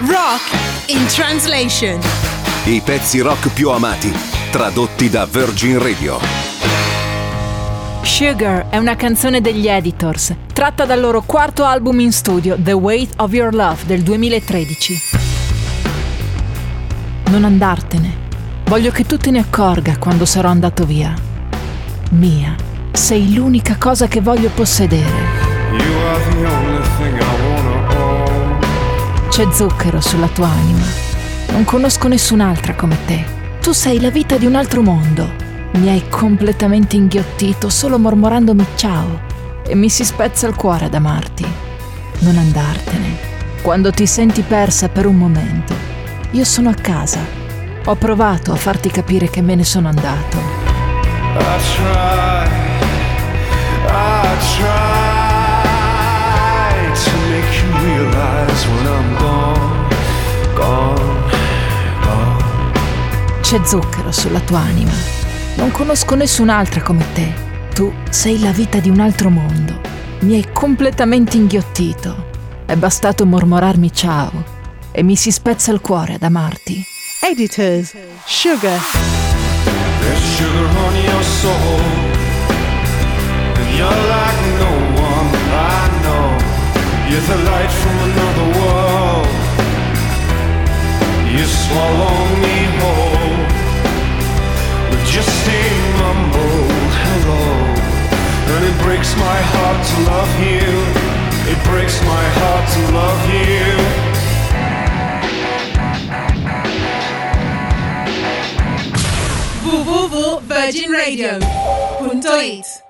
Rock in Translation. I pezzi rock più amati, tradotti da Virgin Radio. Sugar è una canzone degli Editors, tratta dal loro quarto album in studio, The Weight of Your Love, del 2013. Non andartene. Voglio che tu te ne accorga quando sarò andato via. Mia, sei l'unica cosa che voglio possedere. C'è zucchero sulla tua anima. Non conosco nessun'altra come te. Tu sei la vita di un altro mondo. Mi hai completamente inghiottito solo mormorandomi ciao e mi si spezza il cuore ad amarti. Non andartene. Quando ti senti persa per un momento, io sono a casa. Ho provato a farti capire che me ne sono andato. I try to make you realize when I'm gone. C'è zucchero sulla tua anima. Non conosco nessun'altra come te. Tu sei la vita di un altro mondo. Mi hai completamente inghiottito. È bastato mormorarmi ciao e mi si spezza il cuore ad amarti. Editors, Sugar. There's sugar on your soul, and you're like no one I know. You're the light from another world. You swallow me whole with just a mumbled hello. And it breaks my heart to love you. It breaks my heart to love you. www.virginradio.it